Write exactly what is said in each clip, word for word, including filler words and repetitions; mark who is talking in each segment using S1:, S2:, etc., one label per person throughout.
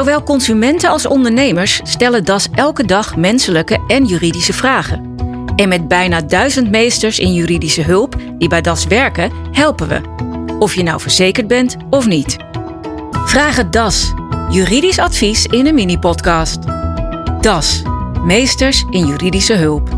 S1: Zowel consumenten als ondernemers stellen D A S elke dag menselijke en juridische vragen. En met bijna duizend meesters in juridische hulp die bij D A S werken, helpen we. Of je nou verzekerd bent of niet. Vraag het D A S. Juridisch advies in een mini-podcast. D A S. Meesters in juridische hulp.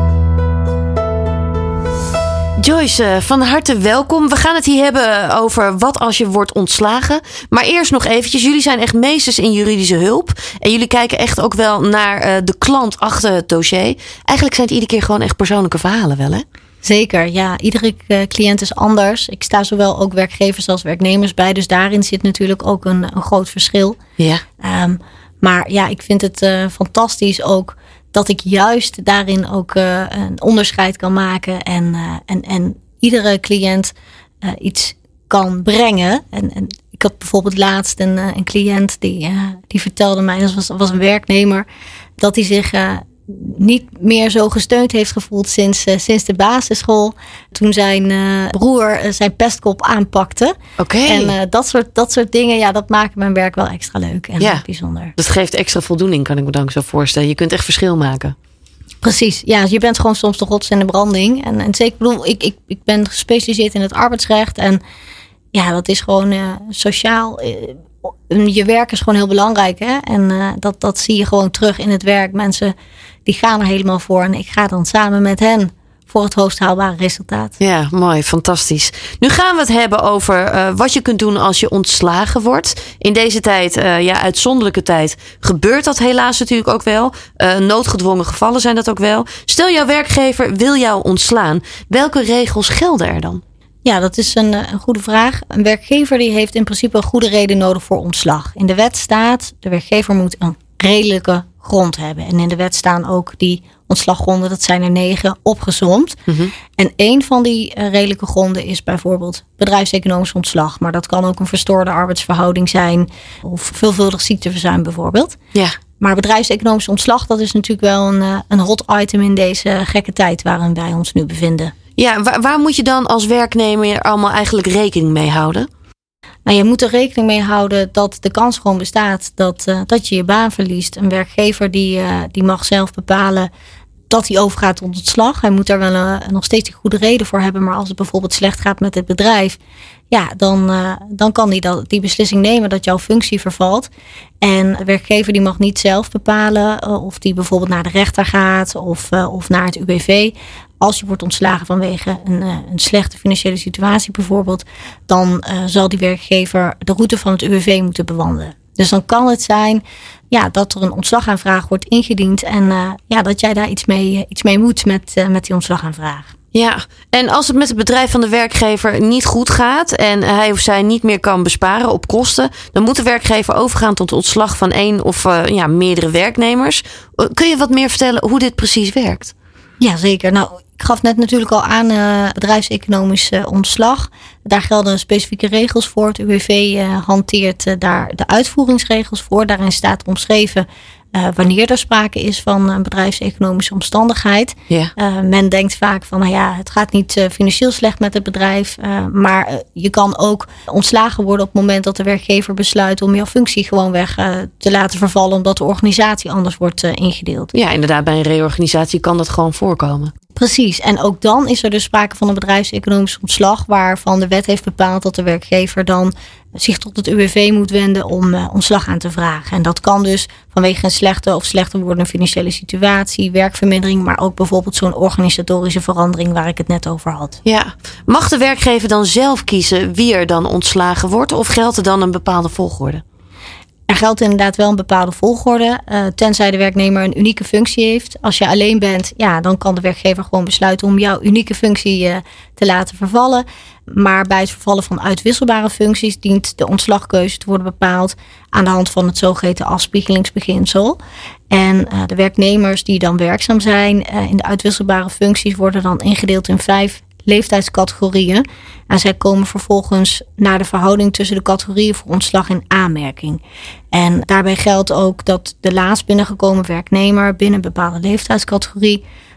S2: Joyce, van harte welkom. We gaan het hier hebben over wat als je wordt ontslagen. Maar eerst nog eventjes, jullie zijn echt meesters in juridische hulp. En jullie kijken echt ook wel naar uh, de klant achter het dossier. Eigenlijk zijn het iedere keer gewoon echt persoonlijke verhalen wel, hè?
S3: Zeker, ja. Iedere uh, cliënt is anders. Ik sta zowel ook werkgevers als werknemers bij. Dus daarin zit natuurlijk ook een, een groot verschil.
S2: Ja.
S3: Um, maar ja, ik vind het uh, fantastisch ook dat ik juist daarin ook uh, een onderscheid kan maken. En, uh, en, en iedere cliënt uh, iets kan brengen. En, en ik had bijvoorbeeld laatst een, uh, een cliënt die, uh, die vertelde mij, dat was, was een werknemer, dat hij zich uh, niet meer zo gesteund heeft gevoeld sinds, uh, sinds de basisschool. Toen zijn uh, broer uh, zijn pestkop aanpakte.
S2: Oké.
S3: En uh, dat, soort, dat soort dingen, ja, dat maakt mijn werk wel extra leuk en
S2: ja.
S3: bijzonder.
S2: Dat geeft extra voldoening, kan ik me dan zo voorstellen. Je kunt echt verschil maken.
S3: Precies, ja, je bent gewoon soms de rots in de branding. En, en zeker, bedoel, ik, ik, ik ben gespecialiseerd in het arbeidsrecht. En ja, dat is gewoon uh, sociaal. Uh, je werk is gewoon heel belangrijk, hè? En uh, dat, dat zie je gewoon terug in het werk. Mensen die gaan er helemaal voor. En ik ga dan samen met hen voor het hoogst haalbare resultaat.
S2: Ja, mooi, fantastisch. Nu gaan we het hebben over uh, wat je kunt doen als je ontslagen wordt. In deze tijd, uh, ja, uitzonderlijke tijd, gebeurt dat helaas natuurlijk ook wel. Uh, noodgedwongen gevallen zijn dat ook wel. Stel, jouw werkgever wil jou ontslaan. Welke regels gelden er dan?
S3: Ja, dat is een, een goede vraag. Een werkgever die heeft in principe een goede reden nodig voor ontslag. In de wet staat, de werkgever moet een redelijke grond hebben. En in de wet staan ook die ontslaggronden, dat zijn er negen, opgesomd. Mm-hmm. En één van die uh, redelijke gronden is bijvoorbeeld bedrijfseconomisch ontslag. Maar dat kan ook een verstoorde arbeidsverhouding zijn of veelvuldig ziekteverzuim bijvoorbeeld.
S2: Ja.
S3: Maar bedrijfseconomisch ontslag, dat is natuurlijk wel een, uh, een hot item in deze gekke tijd waarin wij ons nu bevinden.
S2: Ja, waar, waar moet je dan als werknemer allemaal eigenlijk rekening mee houden?
S3: Nou, je moet er rekening mee houden dat de kans gewoon bestaat dat, uh, dat je je baan verliest. Een werkgever die, uh, die mag zelf bepalen dat hij overgaat tot ontslag. Hij moet daar wel uh, nog steeds een goede reden voor hebben. Maar als het bijvoorbeeld slecht gaat met het bedrijf, ja, dan, uh, dan kan hij dat, die beslissing nemen dat jouw functie vervalt. En een werkgever die mag niet zelf bepalen uh, of die bijvoorbeeld naar de rechter gaat of, uh, of naar het U W V. Als je wordt ontslagen vanwege een, uh, een slechte financiële situatie bijvoorbeeld, dan uh, zal die werkgever de route van het U W V moeten bewandelen. Dus dan kan het zijn ja, dat er een ontslagaanvraag wordt ingediend en uh, ja, dat jij daar iets mee, iets mee moet met, uh, met die ontslagaanvraag.
S2: Ja, en als het met het bedrijf van de werkgever niet goed gaat en hij of zij niet meer kan besparen op kosten, dan moet de werkgever overgaan tot ontslag van één of uh, ja, meerdere werknemers. Kun je wat meer vertellen hoe dit precies werkt?
S3: Ja, zeker. Nou, ik gaf net natuurlijk al aan uh, bedrijfseconomisch uh, ontslag. Daar gelden specifieke regels voor. Het U W V uh, hanteert uh, daar de uitvoeringsregels voor. Daarin staat omschreven uh, wanneer er sprake is van een bedrijfseconomische omstandigheid.
S2: Ja.
S3: Uh, men denkt vaak van, nou ja, het gaat niet uh, financieel slecht met het bedrijf. Uh, maar uh, je kan ook ontslagen worden op het moment dat de werkgever besluit om jouw functie gewoon weg uh, te laten vervallen, omdat de organisatie anders wordt uh, ingedeeld.
S2: Ja, inderdaad, bij een reorganisatie kan dat gewoon voorkomen.
S3: Precies. En ook dan is er dus sprake van een bedrijfseconomisch ontslag, waarvan de wet heeft bepaald dat de werkgever dan zich tot het U W V moet wenden om uh, ontslag aan te vragen. En dat kan dus vanwege een slechte of slechter wordende financiële situatie, werkvermindering, maar ook bijvoorbeeld zo'n organisatorische verandering waar ik het net over had.
S2: Ja. Mag de werkgever dan zelf kiezen wie er dan ontslagen wordt, of geldt er dan een bepaalde volgorde?
S3: Er geldt inderdaad wel een bepaalde volgorde, uh, tenzij de werknemer een unieke functie heeft. Als je alleen bent, ja, dan kan de werkgever gewoon besluiten om jouw unieke functie uh, te laten vervallen. Maar bij het vervallen van uitwisselbare functies dient de ontslagkeuze te worden bepaald aan de hand van het zogeheten afspiegelingsbeginsel. En uh, de werknemers die dan werkzaam zijn uh, in de uitwisselbare functies worden dan ingedeeld in vijf leeftijdscategorieën. En zij komen vervolgens naar de verhouding tussen de categorieën voor ontslag in aanmerking. En daarbij geldt ook dat de laatst binnengekomen werknemer binnen een bepaalde leeftijdscategorie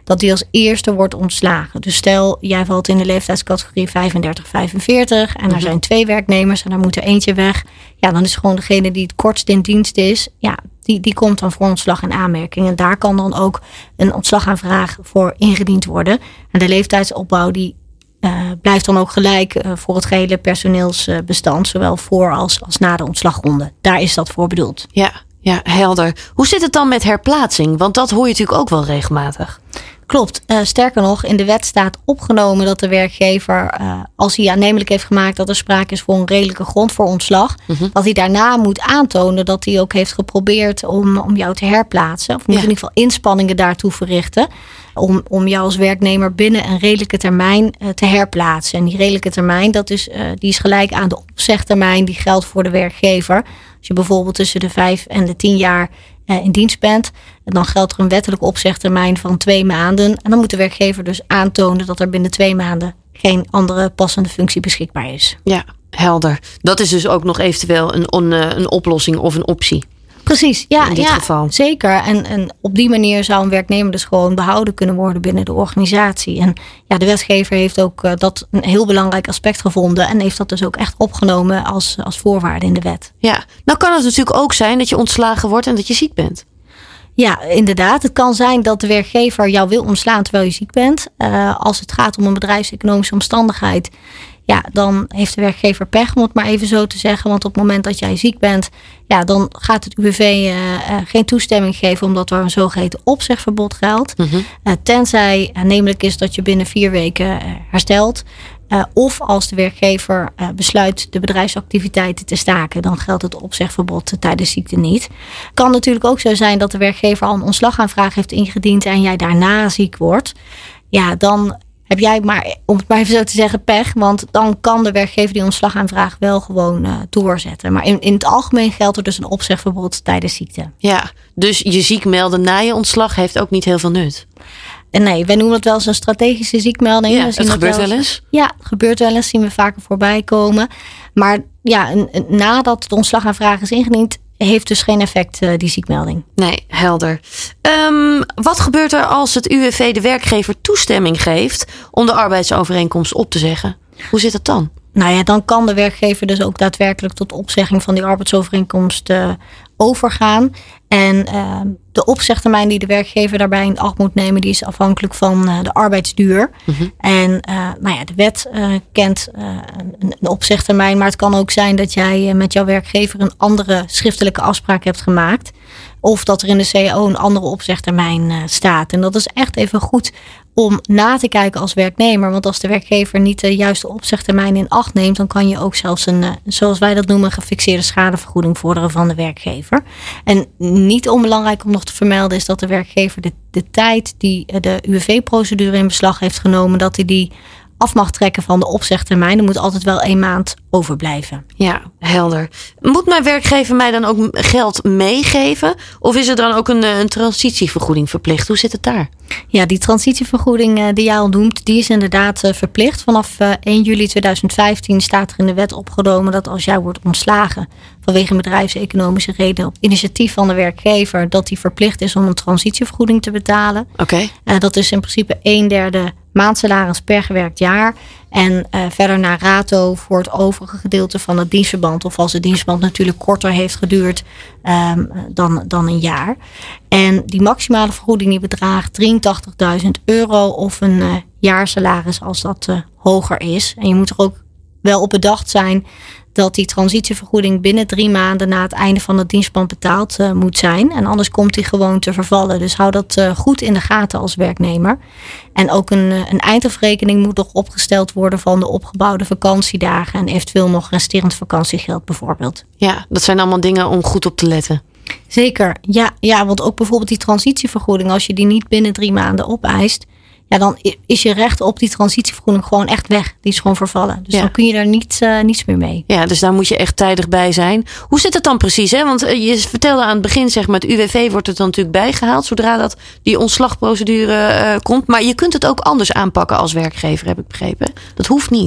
S3: dat die als eerste wordt ontslagen. Dus stel, jij valt in de leeftijdscategorie vijfendertig, vijfenveertig... en er
S2: Mm-hmm.
S3: zijn twee werknemers en daar moet er eentje weg. Ja, dan is gewoon degene die het kortst in dienst is, ja, die, die komt dan voor ontslag in aanmerking. En daar kan dan ook een ontslagaanvraag voor ingediend worden. En de leeftijdsopbouw die uh, blijft dan ook gelijk uh, voor het gehele personeelsbestand, zowel voor als, als na de ontslagronde. Daar is dat voor bedoeld.
S2: Ja, ja, helder. Hoe zit het dan met herplaatsing? Want dat hoor je natuurlijk ook wel regelmatig.
S3: Klopt. Uh, sterker nog, in de wet staat opgenomen dat de werkgever, uh, als hij aannemelijk heeft gemaakt dat er sprake is voor een redelijke grond voor ontslag, mm-hmm. dat hij daarna moet aantonen dat hij ook heeft geprobeerd om, om jou te herplaatsen. Of moet ja. in ieder geval inspanningen daartoe verrichten. Om, om jou als werknemer binnen een redelijke termijn uh, te herplaatsen. En die redelijke termijn, dat is, uh, die is gelijk aan de opzegtermijn die geldt voor de werkgever. Als je bijvoorbeeld tussen de vijf en de tien jaar uh, in dienst bent, dan geldt er een wettelijke opzegtermijn van twee maanden. En dan moet de werkgever dus aantonen dat er binnen twee maanden geen andere passende functie beschikbaar is.
S2: Ja, helder. Dat is dus ook nog eventueel een, on, een oplossing of een optie.
S3: Precies, ja,
S2: in dit
S3: ja
S2: geval.
S3: Zeker. En, en op die manier zou een werknemer dus gewoon behouden kunnen worden binnen de organisatie. En ja, de wetgever heeft ook uh, dat een heel belangrijk aspect gevonden en heeft dat dus ook echt opgenomen als, als voorwaarde in de wet.
S2: Ja, nou kan het natuurlijk ook zijn dat je ontslagen wordt en dat je ziek bent.
S3: Ja, inderdaad. Het kan zijn dat de werkgever jou wil ontslaan terwijl je ziek bent. Uh, als het gaat om een bedrijfseconomische omstandigheid, ja, dan heeft de werkgever pech, om het maar even zo te zeggen. Want op het moment dat jij ziek bent, ja, dan gaat het U W V uh, uh, geen toestemming geven, omdat er een zogeheten opzegverbod geldt. Mm-hmm. Uh, tenzij aannemelijk is dat je binnen vier weken uh, herstelt. Uh, of als de werkgever uh, besluit de bedrijfsactiviteiten te staken, dan geldt het opzegverbod uh, tijdens ziekte niet. Kan natuurlijk ook zo zijn dat de werkgever al een ontslagaanvraag heeft ingediend en jij daarna ziek wordt. Ja, dan heb jij maar, om het maar even zo te zeggen, pech. Want dan kan de werkgever die ontslagaanvraag wel gewoon uh, doorzetten. Maar in, in het algemeen geldt er dus een opzegverbod tijdens ziekte.
S2: Ja, dus je ziek melden na je ontslag heeft ook niet heel veel nut.
S3: En nee, wij noemen het wel eens een strategische ziekmelding.
S2: Ja, het gebeurt wel eens.
S3: Ja, het gebeurt wel eens. Zien we vaker voorbij komen. Maar ja, een, een, nadat de ontslagaanvraag is ingediend, heeft dus geen effect, uh, die ziekmelding.
S2: Nee, helder. Um, wat gebeurt er als het U W V de werkgever toestemming geeft om de arbeidsovereenkomst op te zeggen? Hoe zit dat dan?
S3: Nou ja, dan kan de werkgever dus ook daadwerkelijk tot opzegging van die arbeidsovereenkomst uh, overgaan. En uh, de opzegtermijn die de werkgever daarbij in acht moet nemen, die is afhankelijk van uh, de arbeidsduur. Mm-hmm. En uh, nou ja, de wet uh, kent uh, een, een opzegtermijn, maar het kan ook zijn dat jij uh, met jouw werkgever een andere schriftelijke afspraak hebt gemaakt. Of dat er in de C A O een andere opzegtermijn uh, staat. En dat is echt even goed om na te kijken als werknemer. Want als de werkgever niet de juiste opzegtermijn in acht neemt, dan kan je ook zelfs een, zoals wij dat noemen, een gefixeerde schadevergoeding vorderen van de werkgever. En niet onbelangrijk om nog te vermelden is dat de werkgever de, de tijd die de U W V-procedure in beslag heeft genomen, dat hij die af mag trekken van de opzegtermijn. Er moet altijd wel één maand overblijven.
S2: Ja, helder. Moet mijn werkgever mij dan ook geld meegeven? Of is er dan ook een, een transitievergoeding verplicht? Hoe zit het daar? Ja,
S3: die transitievergoeding die jij al noemt, die is inderdaad verplicht. Vanaf één juli tweeduizend vijftien staat er in de wet opgenomen dat als jij wordt ontslagen vanwege een bedrijfseconomische reden op initiatief van de werkgever, dat die verplicht is om een transitievergoeding te betalen.
S2: Oké. Okay.
S3: Uh, dat is in principe een derde maandsalaris per gewerkt jaar. En uh, verder naar rato voor het overige gedeelte van het dienstverband. Of als het dienstverband natuurlijk korter heeft geduurd um, dan, dan een jaar. En die maximale vergoeding die bedraagt drieëntachtigduizend euro of een uh, jaarsalaris als dat uh, hoger is. En je moet er ook wel op bedacht zijn dat die transitievergoeding binnen drie maanden na het einde van het dienstverband betaald uh, moet zijn. En anders komt die gewoon te vervallen. Dus hou dat uh, goed in de gaten als werknemer. En ook een, een eindafrekening moet nog opgesteld worden van de opgebouwde vakantiedagen en eventueel nog resterend vakantiegeld bijvoorbeeld.
S2: Ja, dat zijn allemaal dingen om goed op te letten.
S3: Zeker, ja, ja, want ook bijvoorbeeld die transitievergoeding, als je die niet binnen drie maanden opeist, ja, dan is je recht op die transitievergoeding gewoon echt weg. Die is gewoon vervallen. Dus ja. dan kun je daar niet, uh, niets meer mee.
S2: Ja, dus daar moet je echt tijdig bij zijn. Hoe zit het dan precies? Hè? Want je vertelde aan het begin, zeg maar, het U W V wordt het dan natuurlijk bijgehaald zodra dat die ontslagprocedure uh, komt. Maar je kunt het ook anders aanpakken als werkgever, heb ik begrepen. Dat hoeft niet.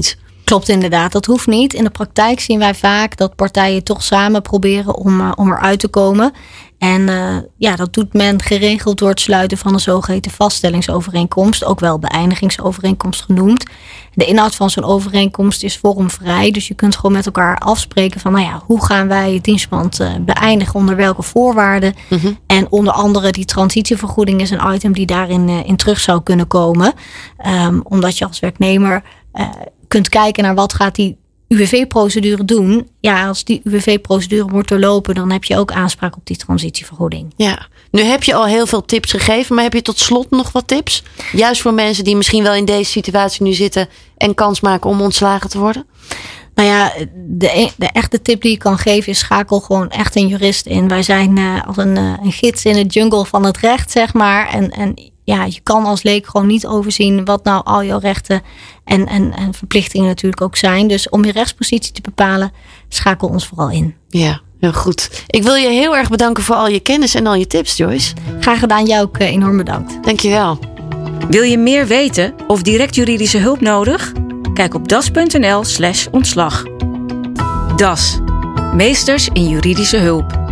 S3: Klopt inderdaad, dat hoeft niet. In de praktijk zien wij vaak dat partijen toch samen proberen om, uh, om eruit te komen. En uh, ja, dat doet men geregeld door het sluiten van een zogeheten vaststellingsovereenkomst. Ook wel beëindigingsovereenkomst genoemd. De inhoud van zo'n overeenkomst is vormvrij. Dus je kunt gewoon met elkaar afspreken van, nou ja, hoe gaan wij het dienstverband uh, beëindigen, onder welke voorwaarden. Mm-hmm. En onder andere die transitievergoeding is een item die daarin uh, in terug zou kunnen komen. Um, omdat je als werknemer uh, kunt kijken naar wat gaat die U W V-procedure doen. Ja, als die U W V-procedure wordt doorlopen, dan heb je ook aanspraak op die transitievergoeding.
S2: Ja, nu heb je al heel veel tips gegeven, maar heb je tot slot nog wat tips? Juist voor mensen die misschien wel in deze situatie nu zitten en kans maken om ontslagen te worden?
S3: Nou ja, de, de echte tip die ik kan geven is schakel gewoon echt een jurist in. Wij zijn uh, als een, uh, een gids in het jungle van het recht, zeg maar. En, en ja, je kan als leek gewoon niet overzien wat nou al jouw rechten en, en, en verplichtingen natuurlijk ook zijn. Dus om je rechtspositie te bepalen, schakel ons vooral in.
S2: Ja, heel goed. Ik wil je heel erg bedanken voor al je kennis en al je tips, Joyce.
S3: Graag gedaan, jou ook uh, enorm bedankt.
S2: Dankjewel.
S1: Wil je meer weten of direct juridische hulp nodig? Kijk op das.nl slash ontslag. D A S. Meesters in juridische hulp.